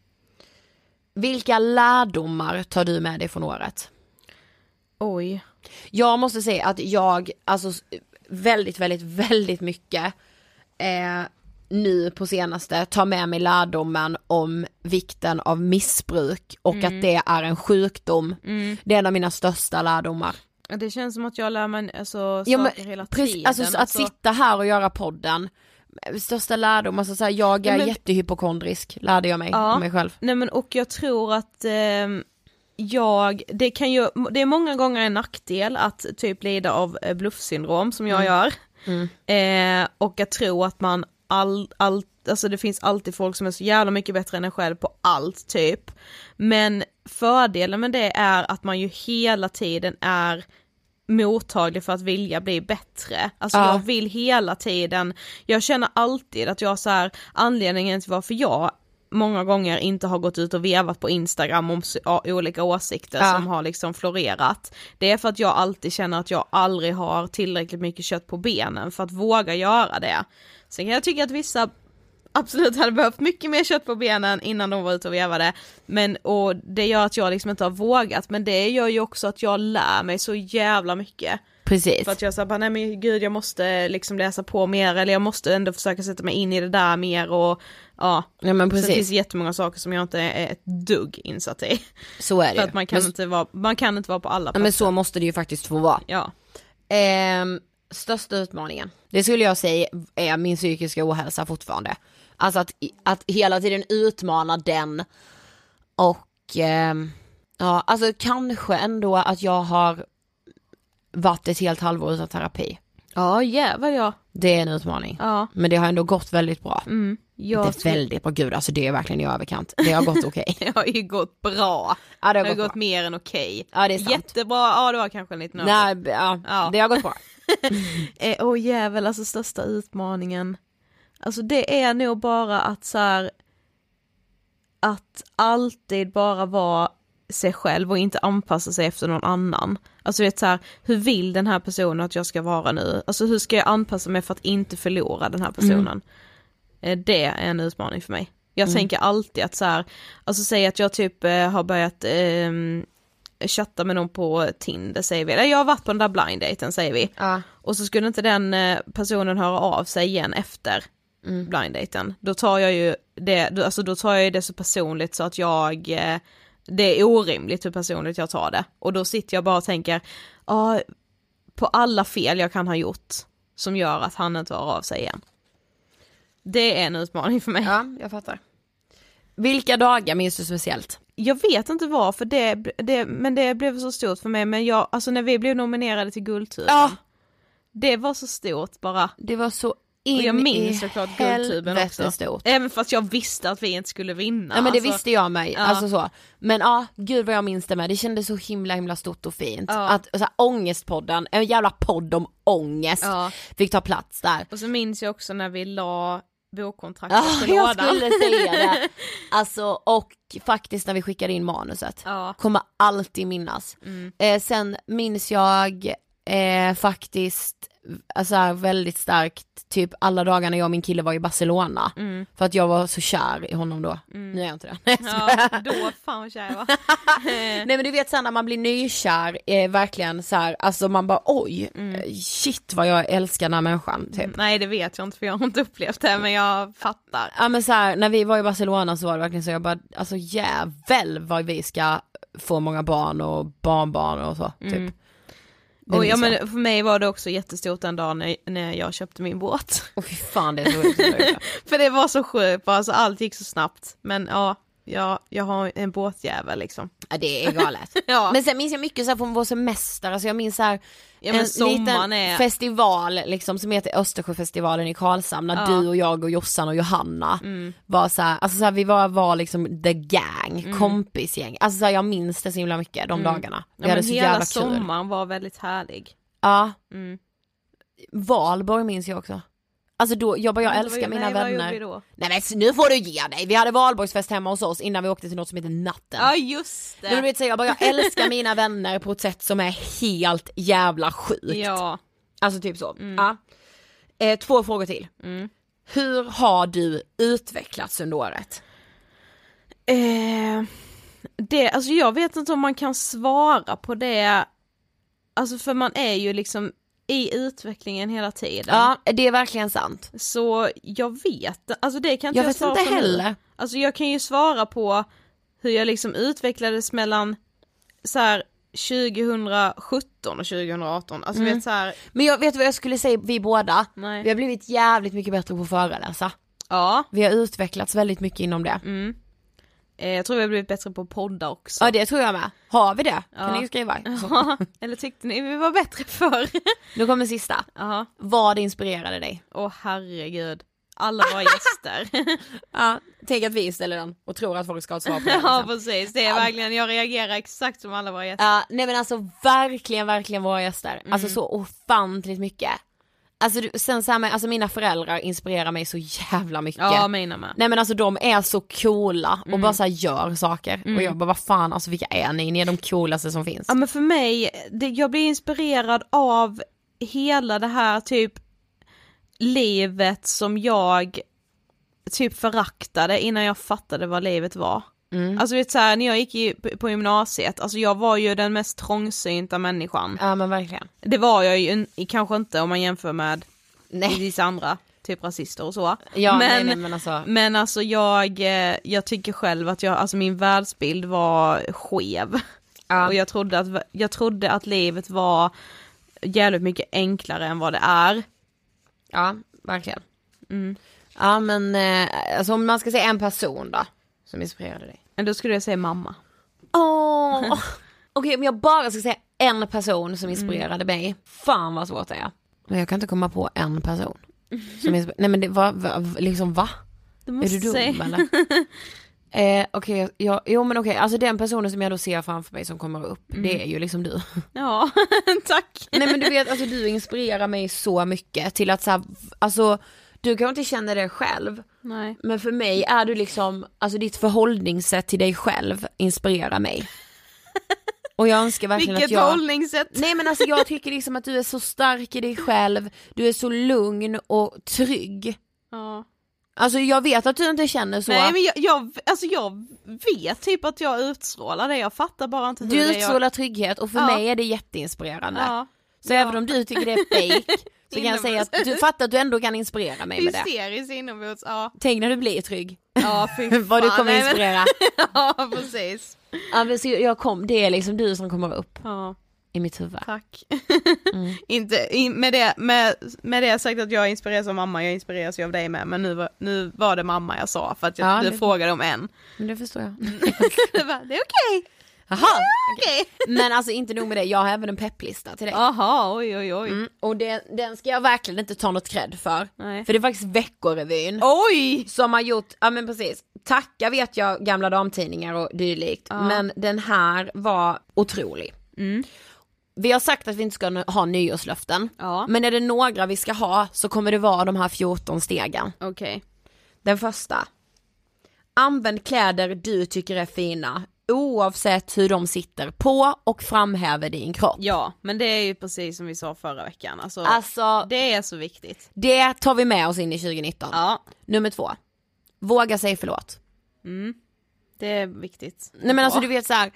Vilka lärdomar tar du med dig från året? Oj. Jag måste säga att jag alltså väldigt, väldigt, väldigt mycket eh, nu på senaste tar med mig lärdomen om vikten av missbruk och mm. att det är en sjukdom. Mm. Det är en av mina största lärdomar. Det känns som att jag lär mig alltså, saker ja, men, hela precis, tiden. Alltså, att alltså... sitta här och göra podden. Största lärdom, alltså så här, jag är ja, men... jättehypokondrisk, lärde jag mig ja. om mig själv. Nej men och jag tror att eh, jag, det kan ju, det är många gånger en nackdel att typ lida av eh, bluffsyndrom som jag mm. gör. Mm. Eh, och jag tror att man all, all, alltså det finns alltid folk som är så jävla mycket bättre än en själv på allt typ. Men fördelen med det är att man ju hela tiden är mottaglig för att vilja bli bättre. Alltså ja. jag vill hela tiden, jag känner alltid att jag så här, anledningen till varför jag många gånger inte har gått ut och vevat på Instagram om olika åsikter ja. som har liksom florerat. Det är för att jag alltid känner att jag aldrig har tillräckligt mycket kött på benen för att våga göra det. Sen kan jag tycka att vissa absolut hade behövt mycket mer kött på benen innan de var ute och vevade. Men, och det gör att jag liksom inte har vågat. Men det gör ju också att jag lär mig så jävla mycket. Precis. För att jag sa, nej men gud jag måste liksom läsa på mer. Eller jag måste ändå försöka sätta mig in i det där mer. Och ja, ja men precis. Så det finns jättemånga saker som jag inte är ett dugg insatt i. Så är det. För att man kan, men... inte, vara, man kan inte vara på alla platser. Ja, men så måste det ju faktiskt få vara. Ja. Ehm, största utmaningen. Det skulle jag säga är min psykiska ohälsa fortfarande. Alltså att, att hela tiden utmana den. Och eh, ja, alltså kanske ändå att jag har varit ett helt halvår utan terapi. Ja, jävlar ja. Det är en utmaning. Ja. Men det har ändå gått väldigt bra. Mm, det är tror... väldigt bra, gud alltså det är verkligen i överkant. Det har gått okej. Okay. Det har ju gått bra. Ja, det har, det har gått, gått mer än okej. Okay. Ja, det är sant. Jättebra, ja det var kanske lite något. Nej, ja, ja, det har gått bra. Åh oh, jävel, alltså största utmaningen. Alltså det är nog bara att så här, att alltid bara vara sig själv och inte anpassa sig efter någon annan. Alltså vet så här, hur vill den här personen att jag ska vara nu? Alltså hur ska jag anpassa mig för att inte förlora den här personen? Mm. Det är en utmaning för mig. Jag Mm. tänker alltid att så här, alltså säg att jag typ eh, har börjat eh, chatta med någon på Tinder, säger vi. Eller jag har varit på den där blind daten, säger vi. Ja. Och så skulle inte den eh, personen höra av sig igen efter Mm. blind daten. Då tar jag ju det, då, alltså då tar jag ju det så personligt så att jag, eh, det är orimligt hur personligt jag tar det. Och då sitter jag bara och tänker, ja, på alla fel jag kan ha gjort som gör att han inte hör av sig igen. Det är en utmaning för mig. Ja, jag fattar. Vilka dagar minns du speciellt? Jag vet inte varför det, det, men det blev så stort för mig. Men jag, alltså när vi blev nominerade till Guldtuben, Ja. det var så stort bara. Det var så Och jag in minns i såklart Guldtuben också. helvete stort. Även fast jag visste att vi inte skulle vinna. Ja men det alltså. visste jag mig, Ja. alltså så. Men ja, gud vad jag minns det med. Det kändes så himla himla stort och fint. Ja. Att så här, ångestpodden, en jävla podd om ångest, Ja. fick ta plats där. Och så minns jag också när vi la bokkontraktet Ja, på jag lådan. skulle säga det. Alltså, och faktiskt när vi skickade in manuset. Ja. Kommer alltid minnas. Mm. Eh, sen minns jag eh, faktiskt alltså, här, väldigt starkt typ alla dagar när jag och min kille var i Barcelona. Mm. För att jag var så kär i honom då. Mm. Nu är jag inte det. Nej, jag Ja, skojar. då fan vad kär jag var. Nej men du vet sen när man blir nykär är verkligen så här, alltså man bara oj, Mm. shit vad jag älskar den här människan typ. Nej det vet jag inte för jag har inte upplevt det, men jag fattar. Ja men så här, när vi var i Barcelona så var det verkligen så jag bara, alltså jävel vad vi ska få många barn och barnbarn och så typ. Mm. Det Och ja, minns jag. men för mig var det också jättestort den dagen när, när jag köpte min båt. Åh fy fan det är så roligt. För det var så sjukt, bara, alltså, allt gick så snabbt. Men ja, jag, jag har en båtjävel liksom. Ja det är galet. Ja. Men sen minns jag mycket så här från vår semester, alltså jag minns så här Ja, men en sommaren liten är- festival liksom som heter Östersjöfestivalen i Karlshamn när Ja. du och jag och Jossan och Johanna Mm. var så här, alltså så här, vi var, var liksom the gang, Mm. kompisgäng, alltså så här, jag minns det så himla mycket de Mm. dagarna. Vi Ja, hade men så hela jävla kul. sommaren var väldigt härlig. Ja, Mm. Valborg minns jag också. Alltså då, jag bara, jag Men älskar vad- mina nej, vad gjorde vänner. vi då? Nej men nu får du ge dig, vi hade valborgsfest hemma hos oss innan vi åkte till något som heter Natten. Ja just det. Men du vet så jag bara, jag älskar mina vänner på ett sätt som är helt jävla sjukt. Ja. Alltså typ så. Mm. Ja. Eh, två frågor till. Mm. Hur har du utvecklats under året? Eh, det, alltså jag vet inte om man kan svara på det. Alltså för man är ju liksom i utvecklingen hela tiden. Ja, det är verkligen sant. Så jag vet, alltså det kan inte Jag jag, vet svara inte på nu. heller. Alltså jag kan ju svara på hur jag liksom utvecklades mellan så här tjugosjutton och tjugoarton. Alltså Mm. vet så här, Men jag vet vad jag skulle säga, vi båda. nej. Vi har blivit jävligt mycket bättre på att föreläsa. Ja. Vi har utvecklats väldigt mycket inom det. Mm. Eh, jag tror vi har blivit bättre på podda också. Ja det tror jag med. Har vi det? Kan Ja. ni skriva? Ja, eller tyckte ni vi var bättre förr? Nu kommer sista. Ja. Vad inspirerade dig? Åh herregud. Alla våra gäster. Ja, tänk att vi ställer den och tror att folk ska ha ett svar på det. Ja liksom. precis, det är verkligen, jag reagerar exakt som alla våra gäster. Ja, nej men alltså verkligen, verkligen våra gäster. Mm. Alltså så ofantligt mycket. Alltså du, sen så här med, alltså mina föräldrar inspirerar mig så jävla mycket. Ja, mina med. Nej men alltså de är så coola och Mm. bara så här gör saker. Mm. Och jag bara, vad fan, alltså vilka är ni? Ni är de coolaste som finns. Ja men för mig, det, jag blir inspirerad av hela det här typ livet som jag typ föraktade innan jag fattade vad livet var. Mm. Alltså vet så här, när jag gick i, på gymnasiet, alltså jag var ju den mest trångsynta människan. Ja men verkligen. Det var jag ju in- kanske inte om man jämför med Nej. vissa andra, typ rasister och så. Ja, men, nej, nej, men alltså. men alltså jag, eh, jag tycker själv att jag, alltså min världsbild var skev. Ja. Och jag trodde, att, jag trodde att livet var jävligt mycket enklare än vad det är. Ja, verkligen. Mm. Ja men, eh, alltså om man ska säga en person då, som inspirerade dig. Men då skulle jag säga mamma. Åh, okej okay, om jag bara ska säga en person som inspirerade mig. Fan vad svårt det är. Men jag kan inte komma på en person som inspirerade. Nej men det var, var liksom va? Du måste är du dum säga. eller? eh, okej, okay, jag, jo men okej, okay, alltså den personen som jag då ser framför mig som kommer upp, Mm. det är ju liksom du. Ja, tack. Nej men du vet, alltså du inspirerar mig så mycket till att så här, alltså du kan inte känna det själv. Nej. Men för mig är du liksom, alltså ditt förhållningssätt till dig själv inspirerar mig. Och jag önskar verkligen Vilket att jag... hållningssätt. Nej men alltså jag tycker liksom att du är så stark i dig själv, du är så lugn och trygg. Ja. Alltså jag vet att du inte känner så. Nej men jag, jag, alltså jag vet typ att jag utstrålar det, jag fattar bara inte hur du det är. Du utstrålar jag... trygghet och för ja. mig är det jätteinspirerande. Ja. Så ja. även om du tycker det är fake så kan jag säga att du fattar att du ändå kan inspirera mig med det. Hysteriskt inombords, ja. Tänk när du blir trygg. Ja, fy fan. Vad du kommer Nej, inspirera. Men... ja, precis. Ja, men så jag kom, det är liksom du som kommer upp. Ja. I mitt huvud. Tack. Mm. Inte, in, med, det, med, med det sagt att jag inspireras av mamma, jag inspireras ju av dig med, men nu var, nu var det mamma jag sa för att jag, ja, du det... frågade om en. Men det förstår jag. det, var, det är okej. Okay. Jaha, okej. Okay. Men alltså inte nog med det, jag har även en pepplista till dig. Jaha, oj oj oj. Mm, och det, den ska jag verkligen inte ta något cred för. Nej. För det är faktiskt Veckorevyn. Oj! Som har gjort, ja men precis, tacka vet jag gamla damtidningar och dylikt. Ja. Men den här var otrolig. Mm. Vi har sagt att vi inte ska ha nyårslöften. Ja. Men är det några vi ska ha så kommer det vara de här fjorton stegen. Okej. Okay. Den första. Använd kläder du tycker är fina. Oavsett hur de sitter på och framhäver din kropp. Ja, men det är ju precis som vi sa förra veckan. Alltså, alltså det är så viktigt. Det tar vi med oss in i tjugonitton. Ja. Nummer två. Våga säga förlåt. Mm. Det är viktigt. Nej men alltså du vet så här.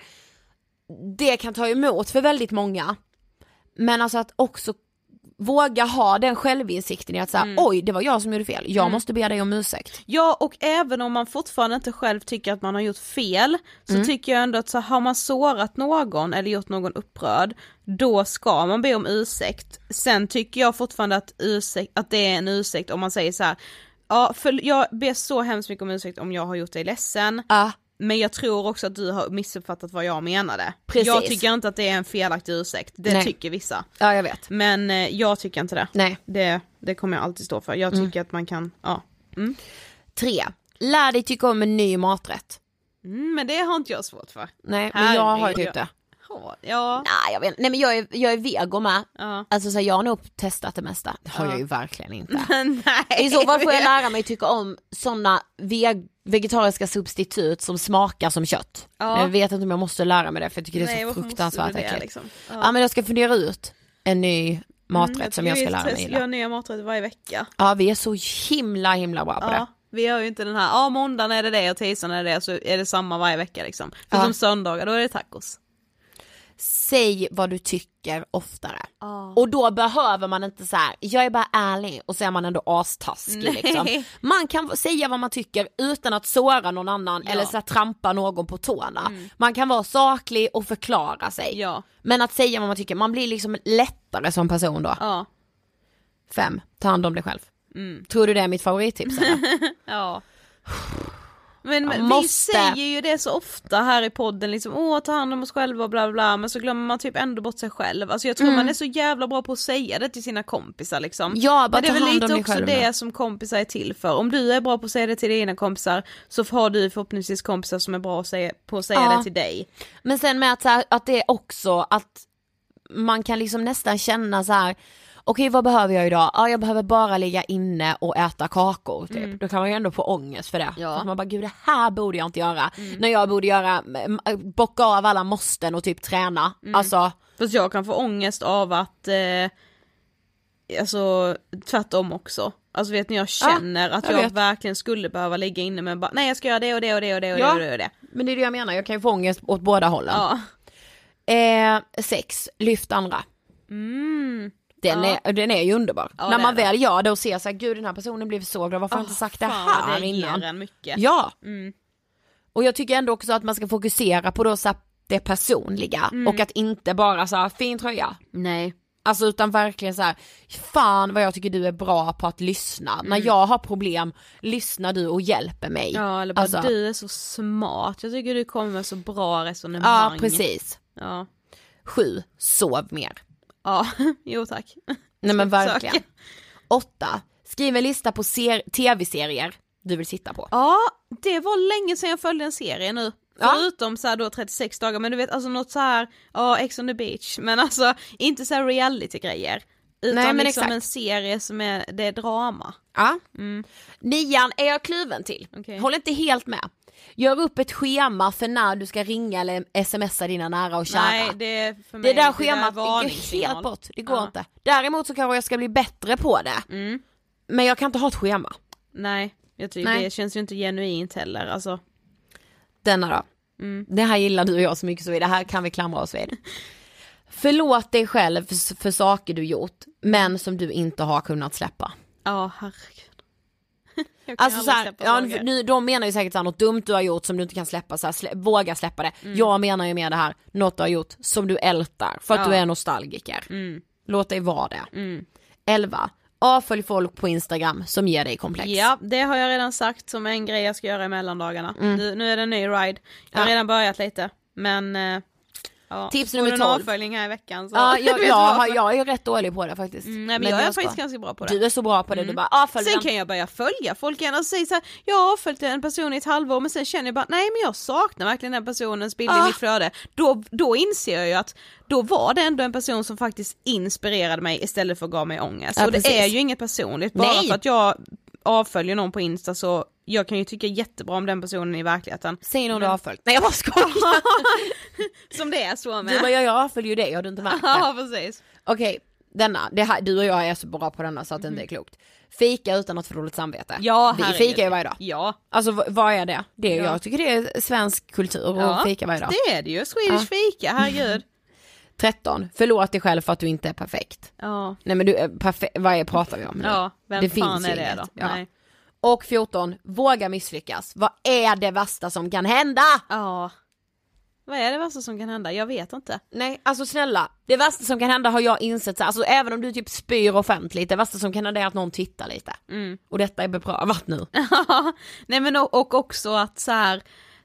Det kan ta emot för väldigt många. Men alltså att också våga ha den självinsikten i att säga, mm. oj det var jag som gjorde fel, jag mm. måste be dig om ursäkt. Ja, och även om man fortfarande inte själv tycker att man har gjort fel så mm. tycker jag ändå att så har man sårat någon eller gjort någon upprörd, då ska man be om ursäkt. Sen tycker jag fortfarande att, ursäkt, att det är en ursäkt om man säger så här, ja för jag ber så hemskt mycket om ursäkt om jag har gjort dig ledsen. Ja. Uh. Men jag tror också att du har missuppfattat vad jag menade. Precis. Jag tycker inte att det är en felaktig ursäkt. Det Nej. tycker vissa. Ja, jag vet. Men eh, jag tycker inte det. Nej. Det, det kommer jag alltid stå för. Jag tycker mm. att man kan, ja. Mm. Tre. Lär dig tycka om en ny maträtt. Mm, men det har inte jag svårt för. Nej, men jag har ju typ det. Ja. Nej, jag vet. Nej men jag är, jag är vego med. Ja. Alltså så jag har nog testat det mesta. Det har ja. jag ju verkligen inte. Nej. I så fall får jag lära mig tycka om sådana veg- vegetariska substitut som smakar som kött. Ja. Jag vet inte om jag måste lära mig det, för jag tycker det är Nej, så fruktansvärt äckligt. Liksom? Ja. ja men jag ska fundera ut en ny maträtt mm, som jag ska lära mig. Jag gör nya maträtter varje vecka. Ja, vi är så himla himla bra på ja. det. Vi har ju inte den här, ja måndagen är det det och tisdagen är det det, så är det samma varje vecka liksom. För ja. som söndagar då är det tacos. Säg vad du tycker oftare. Oh. Och då behöver man inte så här, jag är bara ärlig, och så är man ändå astaskig liksom. Man kan säga vad man tycker utan att såra någon annan ja. eller så här, trampa någon på tårna. Mm. Man kan vara saklig och förklara sig. Ja. Men att säga vad man tycker, man blir liksom lättare som person då. Ja. Fem, ta hand om dig själv. Mm. Tror du det är mitt favorittips eller? Ja. Men vi måste... säger ju det så ofta här i podden liksom, åh ta hand om oss själva och bla bla, men så glömmer man typ ändå bort sig själv. Alltså jag tror mm. man är så jävla bra på att säga det till sina kompisar liksom. Ja, bara men det är ta väl hand lite om också det då. Som kompisar är till för. Om du är bra på att säga det till dina kompisar så har du förhoppningsvis kompisar som är bra att säga, på att säga ja. det till dig. Men sen med att, så här, att det är också att man kan liksom nästan känna så här. Okej, vad behöver jag idag? Ja, jag behöver bara ligga inne och äta kakor typ. Mm. Då kan man ju ändå få ångest för det. Ja. För man bara, gud det här borde jag inte göra. Mm. När jag borde göra, bocka av alla måsten och typ träna. Mm. Alltså. Fast jag kan få ångest av att, eh, alltså tvärtom också. Alltså vet ni, jag känner ja, att jag, jag verkligen skulle behöva ligga inne men bara, nej jag ska göra det och det och det och det och ja. det och det. Men det är det jag menar, jag kan ju få ångest åt båda hållen. Ja. Eh, sex, lyft andra. Mm. Den, ja. är, den är ju underbar. Ja, när man det. väl gör det och ser så här, gud den här personen blev så glad, varför har oh, inte sagt det här det innan? En mycket. Ja. Mm. Och jag tycker ändå också att man ska fokusera på då så här, det personliga mm. och att inte bara så här, fin tröja. Nej. Alltså utan verkligen så här, fan vad jag tycker du är bra på att lyssna. Mm. När jag har problem, lyssnar du och hjälper mig. Ja, eller bara alltså, du är så smart. Jag tycker du kommer med så bra resonemang. Ja, precis. Ja. Sju, sov mer. Ja, jo tack. Nej men verkligen. Åtta, skriv en lista på ser- tv-serier du vill sitta på. Ja, det var länge sedan jag följde en serie nu. Ja. Förutom så här då trettiosex dagar, men du vet alltså något så här, ja Ex on the beach, men alltså inte så här reality-grejer. Utan Nej, men liksom exakt. En serie som är, det är drama. Ja. Mm. Nian är jag kluven till. Okay. Håller inte helt med. Gör upp ett schema för när du ska ringa eller smsa dina nära och kära. Nej, det är för mig, det där schemat det går helt bort. Det går ja. inte. Däremot så kanske jag ska bli bättre på det. Mm. Men jag kan inte ha ett schema. Nej, Jag tycker det känns ju inte genuint heller. Alltså. Denna då. Mm. Det här gillar du och jag så mycket så i. Det här kan vi klamra oss vid. Förlåt dig själv för, för saker du gjort, men som du inte har kunnat släppa. Ja, herregud. Alltså så här, ja, nu, de menar ju säkert så här, något dumt du har gjort som du inte kan släppa, så här, slä, våga släppa det. Mm. Jag menar ju med det här, något du har gjort som du ältar för att ja. du är nostalgiker. Mm. Låt dig vara det. Mm. elva. Avfölj folk på Instagram som ger dig komplex. Ja, det har jag redan sagt som en grej jag ska göra i mellandagarna. Mm. Nu, nu är det en ny ride. Jag har ja. redan börjat lite, men... Eh... Ja, tips nummer tolv. Avföljning här i veckan. Så. Ja, jag, jag, jag är rätt dålig på det faktiskt. Mm, nej, men, men jag är jag faktiskt ganska bra på det. Du är så bra på det, mm. du bara avfölj Sen den. Kan jag börja följa folk igen och säga så här, jag har avföljt en person i ett halvår, men sen känner jag bara, nej men jag saknar verkligen den personens bild ah. i mitt flöde. Då, då inser jag ju att då var det ändå en person som faktiskt inspirerade mig istället för att gav mig ångest. Ja, och det är ju inget personligt, bara nej. för att jag avföljer någon på Insta så jag kan ju tycka jättebra om den personen i verkligheten. Säg någon men... du avföljt. Nej jag bara skojar. Som det är så med. Du bara, jag avföljer ju dig och du inte märkt det. Ja precis. Okej, okay, denna, det här, du och jag är så bra på denna så att det inte är klokt. Fika utan att få dåligt samvete. Ja, vi fikar ju varje dag. Ja. Alltså v- vad är det? Det är, ja. Jag tycker det är svensk kultur och ja, fika varje dag. Det är det ju, Swedish ja. fika, herregud. tretton. Förlåt dig själv för att du inte är perfekt. Ja. Nej men du är perfekt, vad är, pratar vi om? Ja, vem det fan finns är det inget. då? Ja. Nej. Och fjorton. Våga misslyckas. Vad är det värsta som kan hända? Ja. Vad är det värsta som kan hända? Jag vet inte. Nej, alltså snälla. Det värsta som kan hända har jag insett så här, alltså även om du typ spyr offentligt, det värsta som kan hända är att någon tittar lite. Mm. Och detta är beprövat nu. Nej men och, och också att så här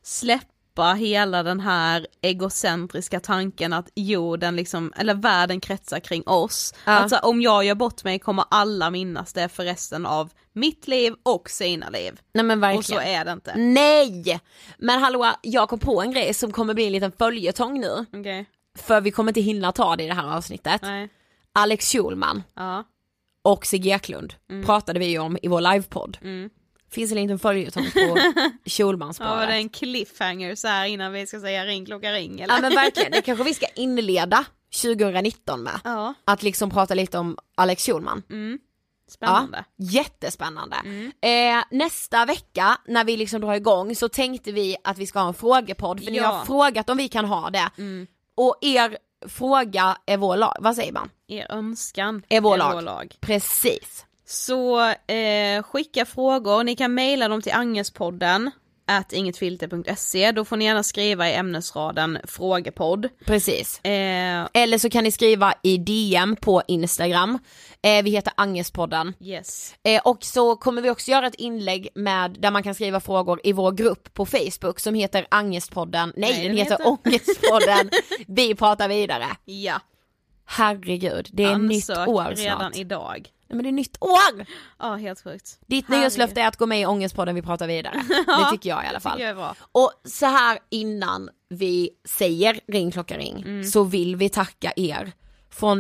släppa hela den här egocentriska tanken att jorden liksom, eller världen kretsar kring oss. Ja. Alltså om jag gör bort mig kommer alla minnas det för resten av mitt liv och sina liv. Nej men verkligen. Och så är det inte. Nej! Men hallå, jag kom på en grej som kommer bli en liten följetong nu. Okej. Okay. För vi kommer inte hinna ta det i det här avsnittet. Nej. Alex Schulman ja. och Sigge Eklund mm. pratade vi om i vår livepodd. Mm. Finns en liten följetong på Schulmanspåret. Ja, det är en cliffhanger så här innan vi ska säga ring klocka ring eller? Ja men verkligen, det kanske vi ska inleda tjugonitton med. Ja. Att liksom prata lite om Alex Schulman. Mm. Spännande. Ja, jättespännande. Mm. Eh, nästa vecka när vi liksom drar igång så tänkte vi att vi ska ha en frågepodd. För ja. ni har frågat om vi kan ha det. Mm. Och er fråga är vår lag. Vad säger man? Er önskan är vår, är lag. vår lag. Precis. Så eh, skicka frågor. Ni kan mejla dem till angespodden at ingetfilter punkt se. Då får ni gärna skriva i ämnesraden frågepodd. Precis. Eh, Eller så kan ni skriva i D M på Instagram. Eh, vi heter Angespodden. Yes. Eh, och så kommer vi också göra ett inlägg med där man kan skriva frågor i vår grupp på Facebook som heter Angespodden. Nej, Nej den, den heter, heter... Ångestpodden. Vi pratar vidare. Ja. Herregud, det är Ansök nytt år snart. Redan idag. Nej men det är nytt år! Ja, helt sjukt. Ditt nyårslöfte är att gå med i Ångestpodden, vi pratar vidare. Ja, det tycker jag i alla fall. Det är bra. Och så här innan vi säger ring klocka ring mm. så vill vi tacka er från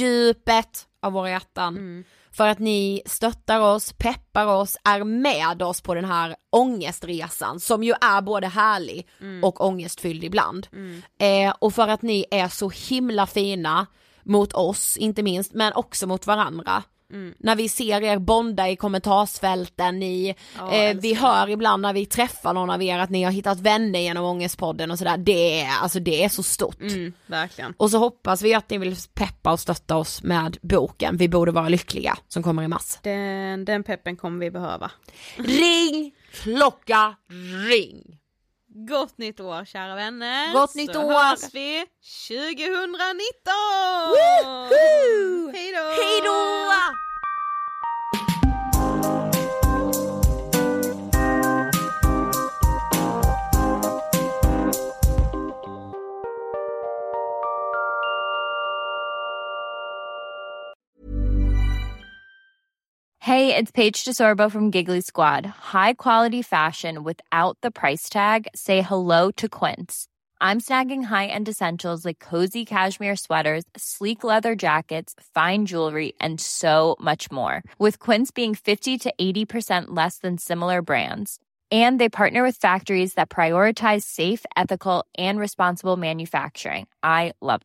djupet av våra hjärtan mm. för att ni stöttar oss, peppar oss, är med oss på den här ångestresan som ju är både härlig mm. och ångestfylld ibland. Mm. Eh, och för att ni är så himla fina mot oss, inte minst, men också mot varandra. Mm. När vi ser er bonda i kommentarsfälten, ni, ja, eh, vi hör ibland när vi träffar någon av er att ni har hittat vänner genom Ångestpodden och sådär, det är, alltså det är så stort. Mm, verkligen. Och så hoppas vi att ni vill peppa och stötta oss med boken Vi borde vara lyckliga som kommer i mars. Den, den peppen kommer vi behöva. Ring, klocka, ring! Gott nytt år kära vänner. Gott nytt så år. hörs vi tjugonitton. Woohoo! Hej då. Hej då. Hey, it's Paige DeSorbo from Giggly Squad. High quality fashion without the price tag. Say hello to Quince. I'm snagging high-end essentials like cozy cashmere sweaters, sleek leather jackets, fine jewelry, and so much more. With Quince being fifty to eighty percent less than similar brands. And they partner with factories that prioritize safe, ethical, and responsible manufacturing. I love that.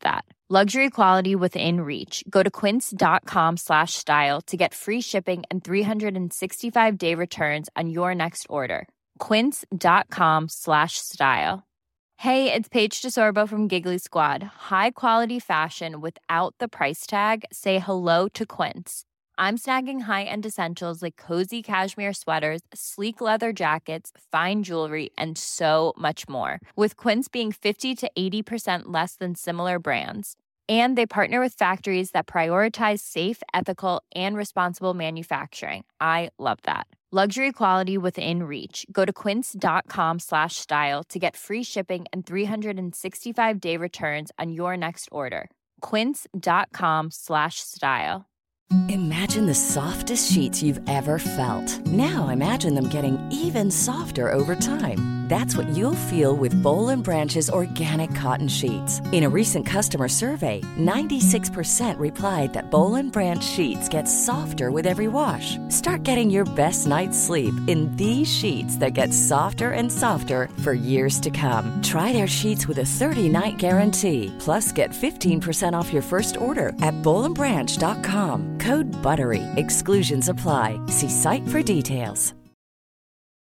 Luxury quality within reach. Go to quince.com slash style to get free shipping and three sixty-five day returns on your next order. Quince.com slash style. Hey, it's Paige DeSorbo from Giggly Squad. High quality fashion without the price tag. Say hello to Quince. I'm snagging high-end essentials like cozy cashmere sweaters, sleek leather jackets, fine jewelry, and so much more. With Quince being fifty to eighty percent less than similar brands. And they partner with factories that prioritize safe, ethical, and responsible manufacturing. I love that. Luxury quality within reach. Go to quince.com slash style to get free shipping and three sixty-five day returns on your next order. Quince.com slash style. Imagine the softest sheets you've ever felt. Now imagine them getting even softer over time. That's what you'll feel with Boll and Branch's organic cotton sheets. In a recent customer survey, ninety-six percent replied that Boll and Branch sheets get softer with every wash. Start getting your best night's sleep in these sheets that get softer and softer for years to come. Try their sheets with a thirty-night guarantee. Plus, get fifteen percent off your first order at boll and branch dot com. Code BUTTERY. Exclusions apply. See site for details.